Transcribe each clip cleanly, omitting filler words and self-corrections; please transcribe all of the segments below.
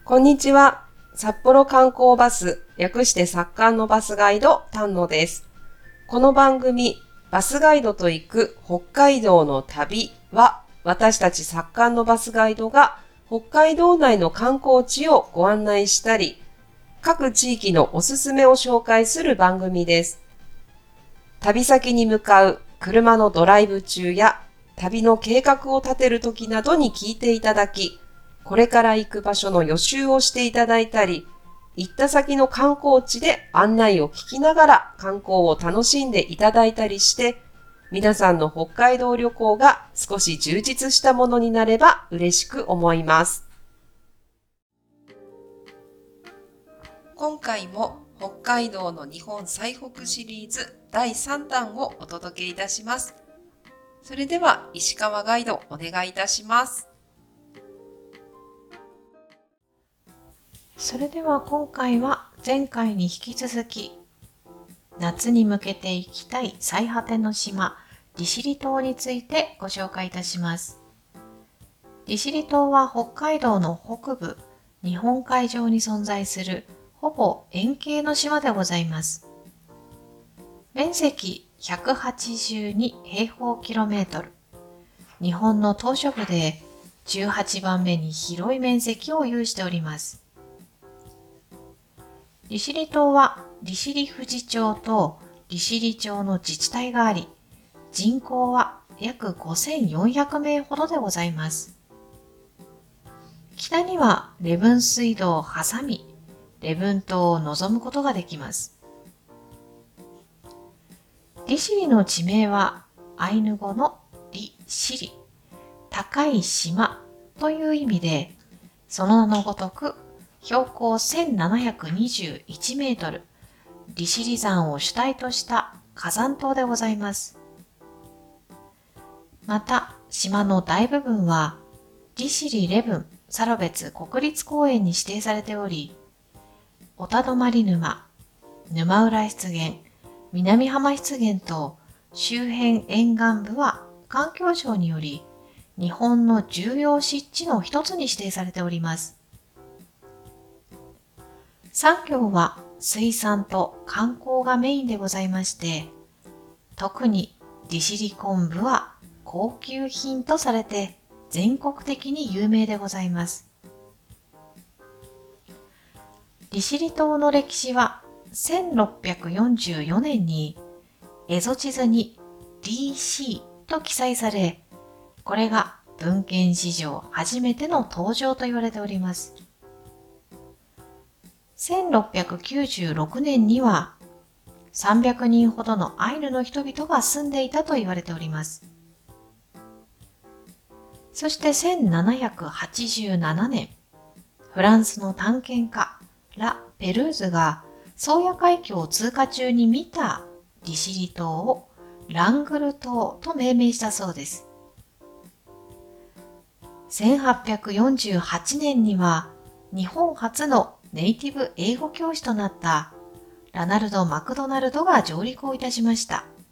こんにちは。札幌観光バス、略して札観のバスガイド、丹野です。この番組、バスガイドと行く北海道の旅は、私たち札観のバスガイドが北海道内の観光地をご案内したり、各地域のおすすめを紹介する番組です。旅先に向かう車のドライブ中や旅の計画を立てる時などに聞いていただき、これから行く場所の予習をしていただいたり、行った先の観光地で案内を聞きながら観光を楽しんでいただいたりして、皆さんの北海道旅行が少し充実したものになれば嬉しく思います。今回も北海道の日本最北シリーズ第3弾をお届けいたします。それでは石川ガイドお願いいたします。 それでは今回は前回に引き続き夏に向けて行きたい最果ての島利尻島についてご紹介いたします。利尻島は北海道の北部日本海上に存在するほぼ円形の島でございます。面積182平方キロメートル。日本の島しょ部で18番目に広い面積を有しております。利尻島は利尻富士町と利尻町の自治体があり、人口は約5400名ほどでございます。北には礼文水道を挟み、礼文島を望むことができます。利尻の地名はアイヌ語の利尻、高い島という意味で、その名のごとく標高1721メートル、利尻山を主体とした火山島でございます。また、島の大部分は利尻礼文サロベツ国立公園に指定されており、小田泊沼、沼浦湿原、南浜湿原と周辺沿岸部は環境省により日本の重要湿地の一つに指定されております。産業は水産と観光がメインでございまして、特に利尻昆布は高級品とされて全国的に有名でございます。利尻島の歴史は1644年に蝦夷地図に DC と記載され、これが文献史上初めての登場と言われております。1696年には300人ほどのアイヌの人々が住んでいたと言われております。そして1787年、フランスの探検家ラ・ペルーズが宗谷海峡を通過中に見た利尻島をラングル島と命名したそうです。1848年には日本初のネイティブ英語教師となったラナルド・マクドナルドが上陸をいたしました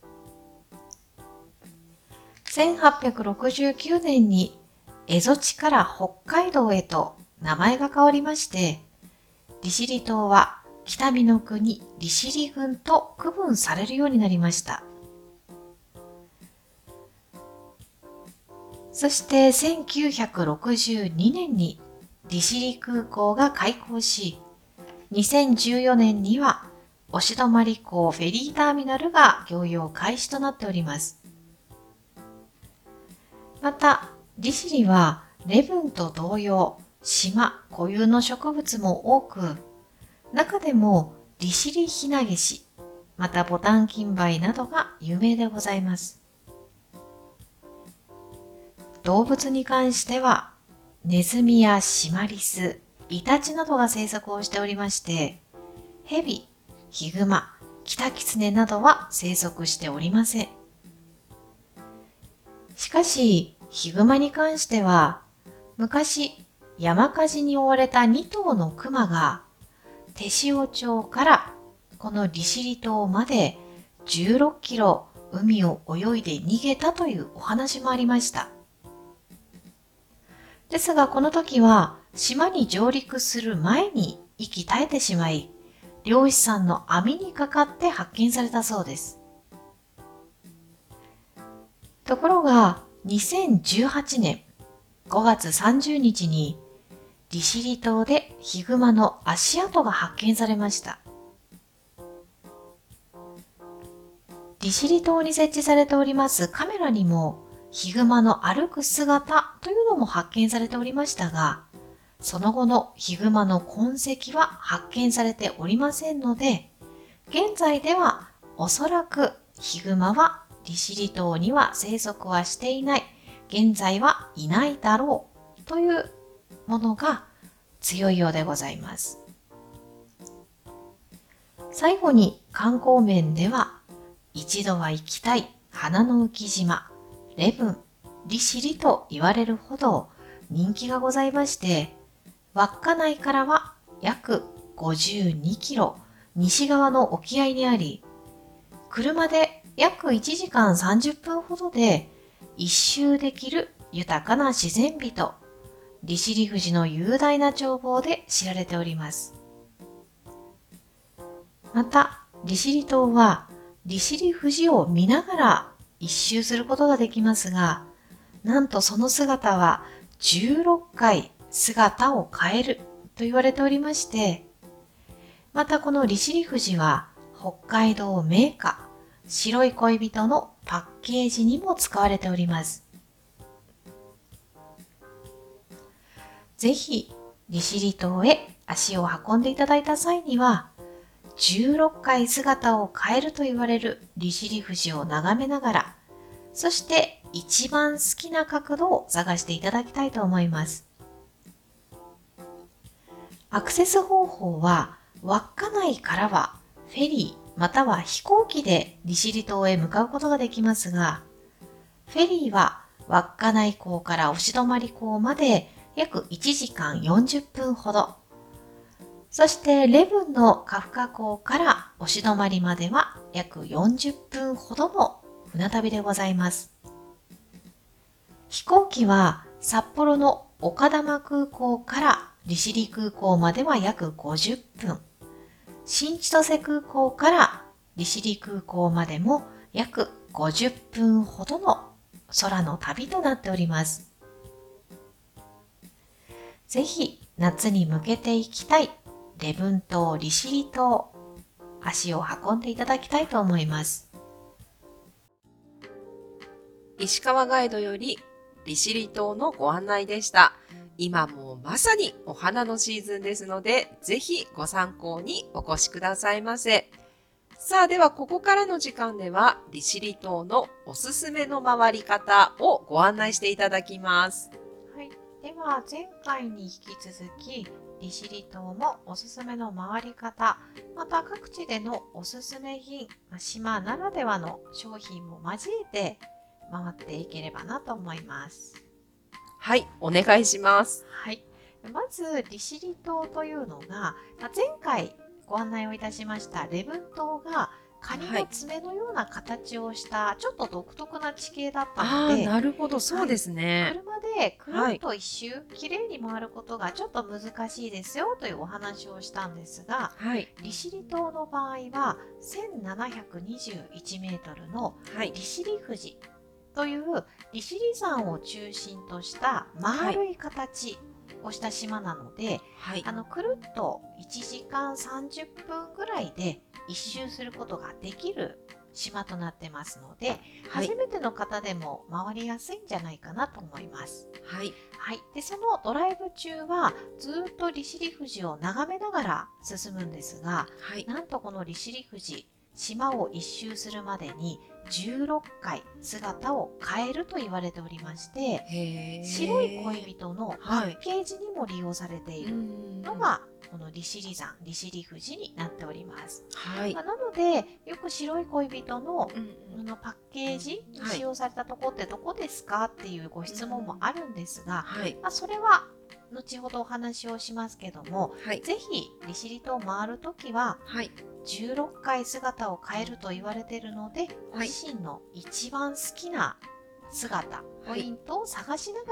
。1869年に蝦夷地から北海道へと名前が変わりまして、利尻島は北見の国利尻郡と区分されるようになりました。そして1962年に利尻空港が開港し、2014年には押泊港フェリーターミナルが業用開始となっております。また、利尻は礼文と同様、島固有の植物も多く、中でも利尻ヒナゲシ、またボタンキンバイなどが有名でございます。動物に関しては、ネズミやシマリス、イタチなどが生息をしておりまして、ヘビ、ヒグマ、キタキツネなどは生息しておりません。しかし、ヒグマに関しては、昔山火事に追われた2頭のクマが、手塩町からこの利尻島まで16キロ海を泳いで逃げたというお話もありました。ですがこの時は島に上陸する前に息絶えてしまい、漁師さんの網にかかって発見されたそうです。ところが、2018年5月30日に利尻島でヒグマの足跡が発見されました。利尻島に設置されておりますカメラにもヒグマの歩く姿というのも発見されておりましたが、その後のヒグマの痕跡は発見されておりませんので、現在ではおそらくヒグマは利尻島には生息はしていない、現在はいないだろうというものが強いようでございます。最後に観光面では、一度は行きたい花の浮島、礼文、利尻と言われるほど人気がございまして、稚内からは約52キロ西側の沖合にあり、車で約1時間30分ほどで一周できる豊かな自然美と利尻富士の雄大な眺望で知られております。また、利尻島は利尻富士を見ながら一周することができますが、なんとその姿は16回姿を変えると言われておりまして、またこの利尻富士は北海道銘菓白い恋人のパッケージにも使われております。ぜひ利尻島へ足を運んでいただいた際には、16回姿を変えると言われる利尻富士を眺めながら、そして一番好きな角度を探していただきたいと思います。アクセス方法は、稚内からはフェリーまたは飛行機で利尻島へ向かうことができますが、フェリーは稚内港から押泊港まで約1時間40分ほど。そして礼文のカフカ港から押泊までは約40分ほどの船旅でございます。飛行機は札幌の丘珠空港から利尻空港までは約50分。新千歳空港から利尻空港までも約50分ほどの空の旅となっております。ぜひ夏に向けて行きたい礼文島、利尻島、足を運んでいただきたいと思います。 石川ガイドより利尻島のご案内でした。今もまさにお花のシーズンですので、ぜひご参考にお越しくださいませ。さあ、ではここからの時間では利尻島のおすすめの回り方をご案内していただきます。 はい、では前回に引き続き利尻島もおすすめの回り方、また各地でのおすすめ品、島ならではの商品も交えて回っていければなと思います。 はい、お願いします。 はい、まず利尻島というのが、前回ご案内をいたしました礼文島がカニの爪のような形をしたちょっと独特な地形だったので、 なるほど、そうですね。 車でくるっと一周きれいに回ることがちょっと難しいですよというお話をしたんですが、利尻島の場合は1721メートルの利尻富士という利尻山を中心とした丸い形をした島なので、くるっと1時間30分ぐらいで一周することができる島となってますので、初めての方でも回りやすいんじゃないかなと思います。で、そのドライブ中はずっと利尻富士を眺めながら進むんですが、なんとこの利尻富士、島を一周するまでに16回姿を変えると言われておりまして、白い恋人のパッケージにも利用されているのがこの利尻山、利尻富士になっております。なのでよく白い恋人のパッケージに使用されたところってどこですかっていうご質問もあるんですが、それは後ほどお話をしますけども、ぜひ利尻島を回るときは、16回姿を変えると言われているので、ご自身の一番好きな姿、ポイントを探しながら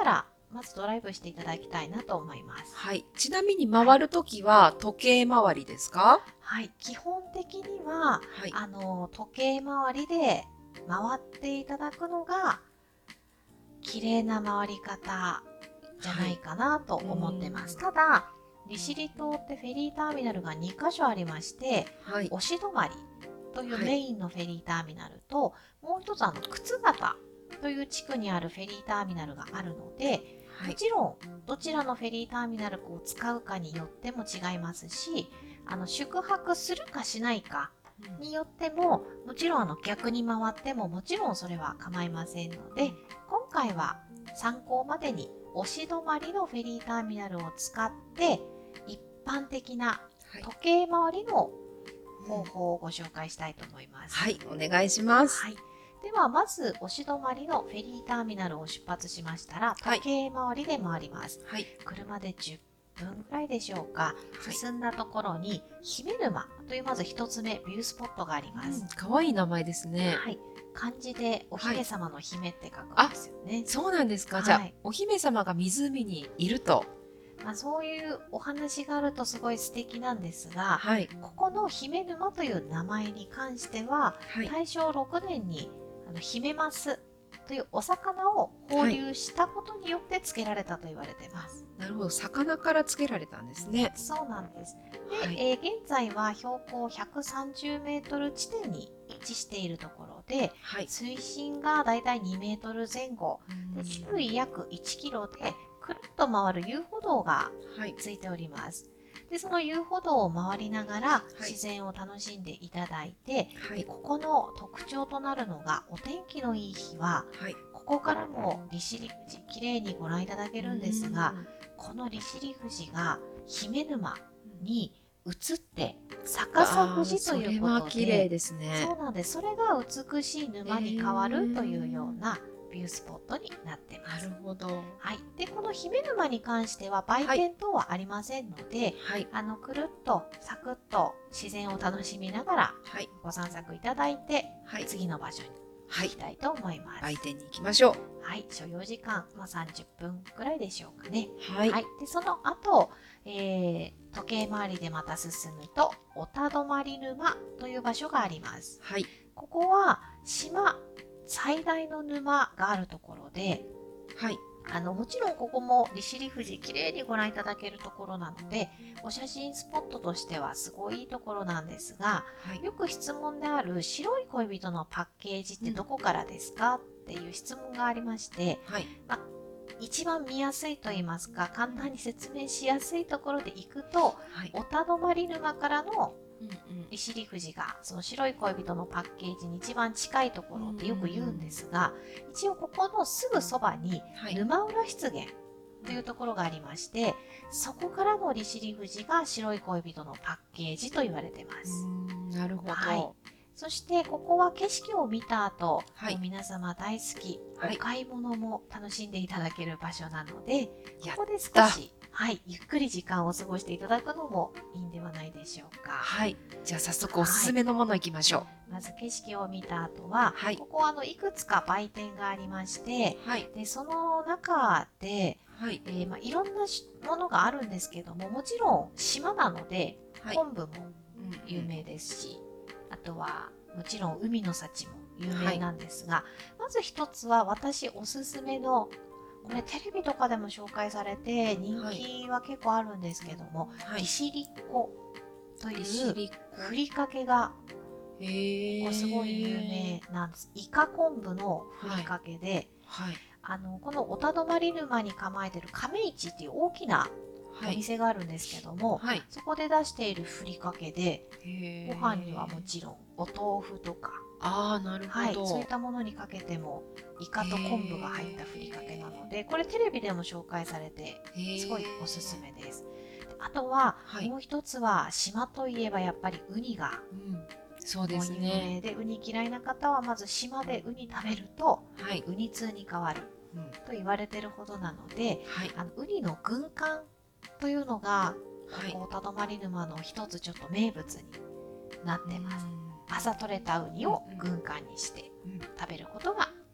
まずドライブしていただきたいなと思います。 はい。ちなみに回るときは時計回りですか？ はい、基本的には、 はい。 時計回りで回っていただくのが綺麗な回り方じゃないかなと思ってます。ただ、利尻島ってフェリーターミナルが2カ所ありまして、 はい。 押し止まりというはいメインのフェリーターミナルと、もう一つ靴形という地区にあるフェリーターミナルがあるので、 はい。 もちろんどちらのフェリーターミナルを使うかによっても違いますし、宿泊するかしないかによっても、もちろん逆に回ってももちろんそれは構いませんので、今回は参考までに押し止まりのフェリーターミナルを使って一般的な時計回りの方法をご紹介したいと思います。 はい、お願いします。 はい。ではまず押し止まりのフェリーターミナルを出発しましたら、時計回りで回ります。 はい。 車で10分ぐらいでしょうか。進んだところに姫沼というまず一つ目ビュースポットがあります。 かわいい名前ですね。 はい。漢字でお姫様の姫って書くんですよね。 そうなんですか。じゃあ、お姫様が湖にいると。 そういうお話があるとすごい素敵なんですが、 はい。 ここの姫沼という名前に関しては、大正6年にヒメマスというお魚を放流したことによって付けられたと言われています。 なるほど、魚から付けられたんですね。 そうなんです。で、現在は標高130メートル地点に位置しているところで、水深がだいたい2メートル前後、で周囲約1キロでくるっと回る遊歩道がついております。で、その遊歩道を回りながら自然を楽しんでいただいて、ここの特徴となるのがお天気のいい日は、ここからも利尻富士きれいにご覧いただけるんですが、この利尻富士が姫沼に移って逆さ富士ということで、 綺麗ですね。 そうなんです。それが美しい沼に変わるというようなビュースポットになってます。 なるほど。 はい。で、この姫沼に関しては売店等はありませんので、くるっとサクッと自然を楽しみながらご散策いただいて、次の場所に行きたいと思います。 売店に行きましょう。 はい。所要時間、30分くらいでしょうかね。 はい。 で、その後、時計回りでまた進むと、おたどまり沼という場所があります。 はい。 ここは島最大の沼があるところで、もちろんここも利尻富士きれいにご覧いただけるところなので、お写真スポットとしてはすごいいいところなんですが、よく質問である白い恋人のパッケージってどこからですかっていう質問がありまして、一番見やすいと言いますか、簡単に説明しやすいところで行くと、おたどまり沼からの利尻富士がその白い恋人のパッケージに一番近いところってよく言うんですが、一応ここのすぐそばに沼浦湿原というところがありまして、そこからの利尻富士が白い恋人のパッケージと言われてます。 なるほど。 そしてここは景色を見た後、皆様大好き、お買い物も楽しんでいただける場所なので、ここで少しゆっくり時間を過ごしていただくのもいいんではないでしょうか。 じゃあ早速おすすめのもの行きましょう。まず景色を見た後は、ここはいくつか売店がありまして、でその中で、いろんなものがあるんですけども、もちろん島なので昆布も有名ですし、あとはもちろん海の幸も有名なんですが、まず一つは私おすすめの、これテレビとかでも紹介されて人気は結構あるんですけども、利尻っ子というふりかけがすごい有名なんです。イカ昆布のふりかけで、このおたどまり沼に構えてる亀市っていう大きなお店があるんですけども、そこで出しているふりかけで、ご飯にはもちろんお豆腐とか、 なるほど、 そういったものにかけてもイカと昆布が入ったふりかけなので、これテレビでも紹介されてすごいおすすめです。あとは、もう一つは島といえばやっぱりウニがそうですね。 で、ウニ嫌いな方はまず島でウニ食べると、ウニ痛に変わると言われてるほどなので、ウニの軍艦というのが、おたどまり沼の一つちょっと名物になってます。朝取れたウニを軍艦にして食べることができます。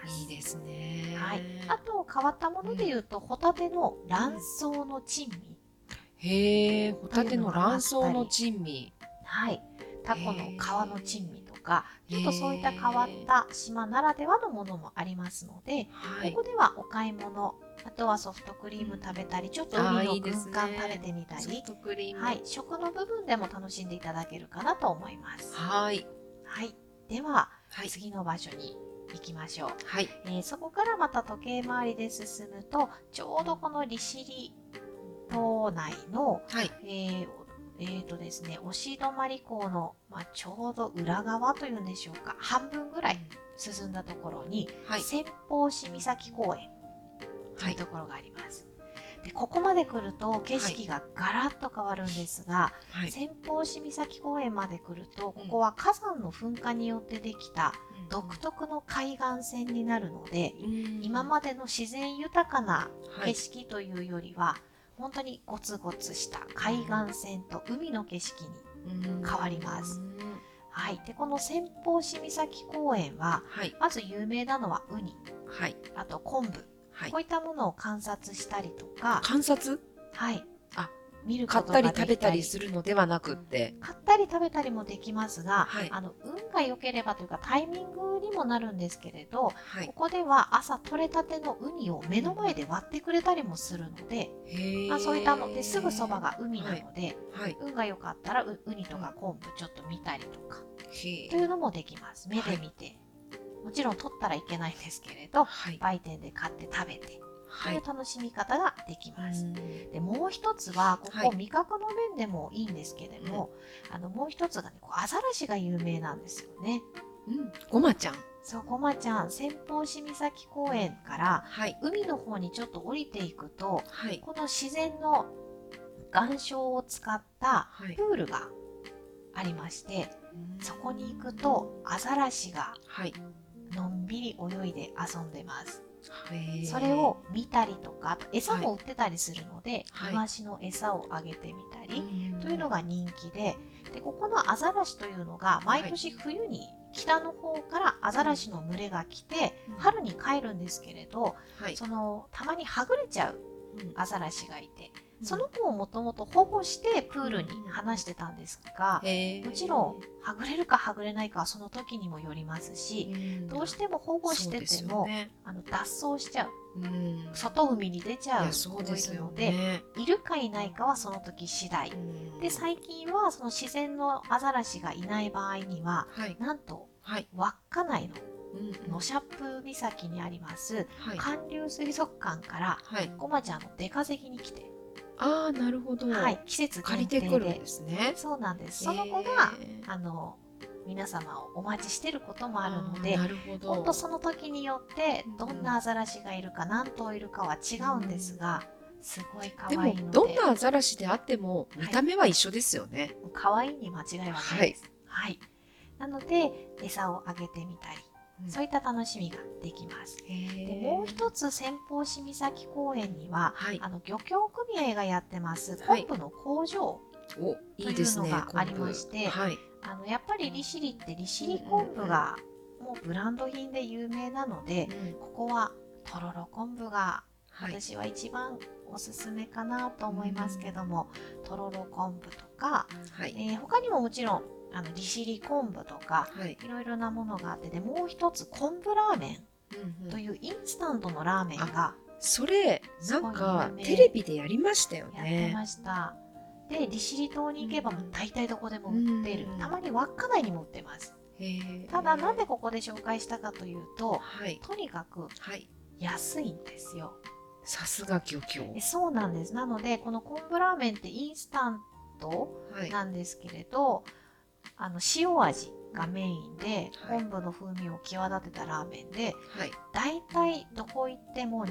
す。 いいですね。 はい。あと変わったもので言うと、ホタテの卵巣の珍味。 へえ、ホタテの卵巣の珍味。 はい。タコの皮の珍味とか、ちょっとそういった変へわった島ならではのものもありますので、 はい。 ここではお買い物、あとはソフトクリーム食べたり、ちょっと海の軍艦食べてみたり、 ソフトクリーム。 はい、食の部分でも楽しんでいただけるかなと思います。 はい。 はい。では、 はい。 次の場所に行きましょう。 はい。 そこからまた時計回りで進むと、ちょうどこの利尻島内の、 はい。 ですね、押泊港の、ちょうど裏側というんでしょうか、半分ぐらい進んだところに、 はい。 先方市岬公園というところがあります。でここまで来ると景色がガラッと変わるんですが、 はい。 先方市岬公園まで来ると、ここは火山の噴火によってできた独特の海岸線になるので、今までの自然豊かな景色というよりは、本当にゴツゴツした海岸線と海の景色に変わります。はい。で、この先方市岬公園は、 はい。 まず有名なのはウニ、 はい。 あと昆布、 はい。 こういったものを観察したりとか、 観察？ はい。 あ、 見るこ買ったりとができたり。 食べたりするのではなくって。 買ったり食べたりもできますが、 はい。 運が良ければというかタイミングにもなるんですけれど、 はい。 ここでは朝取れたてのウニを目の前で割ってくれたりもするので、そういったのですぐそばが海なので、 はい。 運が良かったらウニとか昆布ちょっと見たりとか、 へというのもできます。目で見て。もちろん取ったらいけないんですけれど、 はい。 売店で買って食べて、とはいい。 う楽しみ方ができます。 うんで、もう一つは、こはいこ味覚の面でもいいんですけれども、もう一つがね、アザラシが有名なんですよね。 ごまちゃん。 そう、ごまちゃん、先方市岬公園からはい。 海の方にちょっと降りていくと、 はい。 この自然の岩礁を使ったはいプールがありまして、そこに行くとアザラシがはい。 のんびり泳いで遊んでます。 へーそれを見たりとか、あと餌も売ってたりするので、 はいイワシの餌をあげてみたり、 うんというのが人気で、ここのアザラシというのが毎年冬に北の方からアザラシの群れが来て、春に帰るんですけれど、 はい。 たまにはぐれちゃううんアザラシがいて、その子をもともと保護してプールに放してたんですが、もちろんはぐれるかはぐれないかはその時にもよりますし、どうしても保護してても、脱走しちゃう、外海に出ちゃう子もいるので、いるかいないかはその時次第。で、最近はその自然のアザラシがいない場合には、なんと、稚内のノシャップ岬にあります寒流水族館からごまちゃんの出稼ぎに来て、 ああ、なるほど。 季節借限定でりてくるんですね。 そうなんです。その子が皆様をお待ちしてることもあるので、 なるほど。 ほんとその時によってどんなアザラシがいるか何頭いるかは違うんですが、すごい可愛いので。 でもどんなアザラシであっても見た目は一緒ですよね。 可愛いに間違いはないです。はい。なので餌をあげてみたり、そういった楽しみができます。でもう一つ先方市岬公園には、漁協組合がやってます昆布の工場というのがありまして、やっぱり利尻って利尻昆布がもうブランド品で有名なので、ここはとろろ昆布が私は一番おすすめかなと思いますけども、とろろ昆布とか、他にももちろん利尻昆布とか、いろいろなものがあって、でもう一つ昆布ラーメンというインスタントのラーメンが、 それなんかテレビでやりましたよね。 やってました。で、利尻島に行けば大体どこでも売ってる。たまに稚内にも売ってます。ただなんでここで紹介したかというと、とにかく安いんですよ。 さすが漁協。 そうなんです。なのでこの昆布ラーメンってインスタントなんですけれど、塩味がメインで、昆布の風味を際立てたラーメンで、だいたいどこ行っても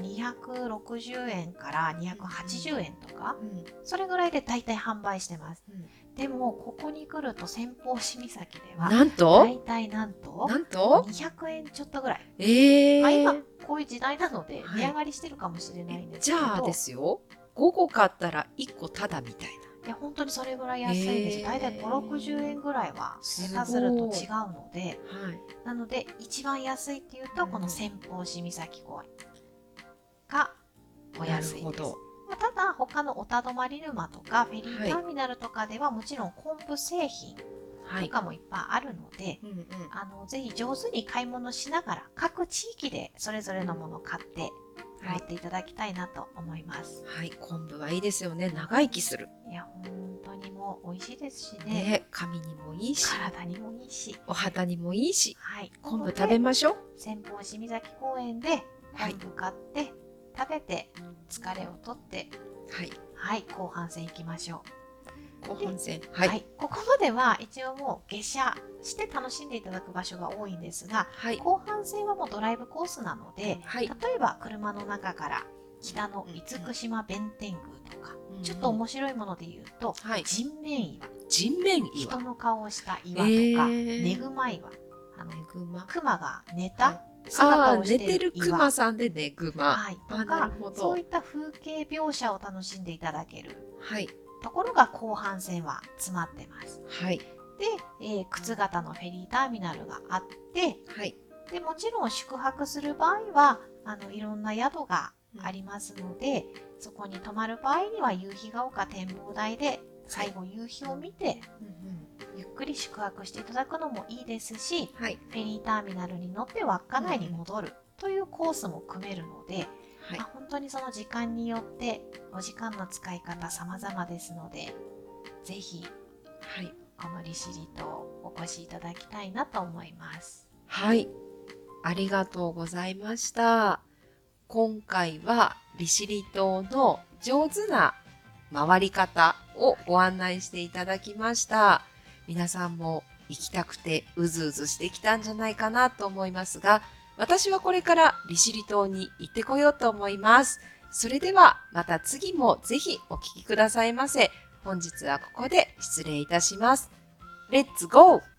260円から280円とか、それぐらいでだいたい販売してます。でもここに来ると先方市岬ではなんとだいたいなんと200円ちょっとぐらい。今こういう時代なので値上がりしてるかもしれないんですけど、 じゃあですよ、5個買ったら1個タダみたいな。 いや本当にそれぐらい安いですよ。だいたい5、60円ぐらいは下手すると違うので、なので一番安いっていうとこの千方市岬公園がお安いです。ただ他の小田泊沼とかフェリーターミナルとかではもちろん昆布製品とかもいっぱいあるので、ぜひ上手に買い物しながら各地域でそれぞれのものを買って持っていただきたいなと思います。 はい、昆布はいいですよね。長生きする。 いや本当にもう美味しいですしね。 髪にもいいし、 体にもいいし、 お肌にもいいし。 はい、 昆布食べましょう。 千方市岬公園で昆布買って食べて疲れを取って、はい、後半戦行きましょう。 後半戦。 はい、ここまでは一応もう下車して楽しんでいただく場所が多いんですが、後半戦はもうドライブコースなので、例えば車の中から北の厳島弁天宮とか、ちょっと面白いもので言うと、人面岩、人の顔をした岩とか、ねぐま岩、熊が寝た姿をしている岩、 熊さんでねぐま、 とか、そういった風景描写を楽しんでいただけるところが後半戦は詰まってます。で、靴形のフェリーターミナルがあって、でもちろん宿泊する場合はいろんな宿がありますので、そこに泊まる場合には夕日が丘展望台で最後夕日を見て、ゆっくり宿泊していただくのもいいですし、フェリーターミナルに乗って稚内に戻るというコースも組めるので、本当にその時間によってお時間の使い方様々ですので、ぜひ、この利尻島お越しいただきたいなと思います。 はい、ありがとうございました。今回は利尻島の上手な回り方をご案内していただきました。皆さんも行きたくてうずうずしてきたんじゃないかなと思いますが、私はこれから利尻島に行ってこようと思います。それではまた次もぜひお聞きくださいませ。本日はここで失礼いたします。レッツゴー！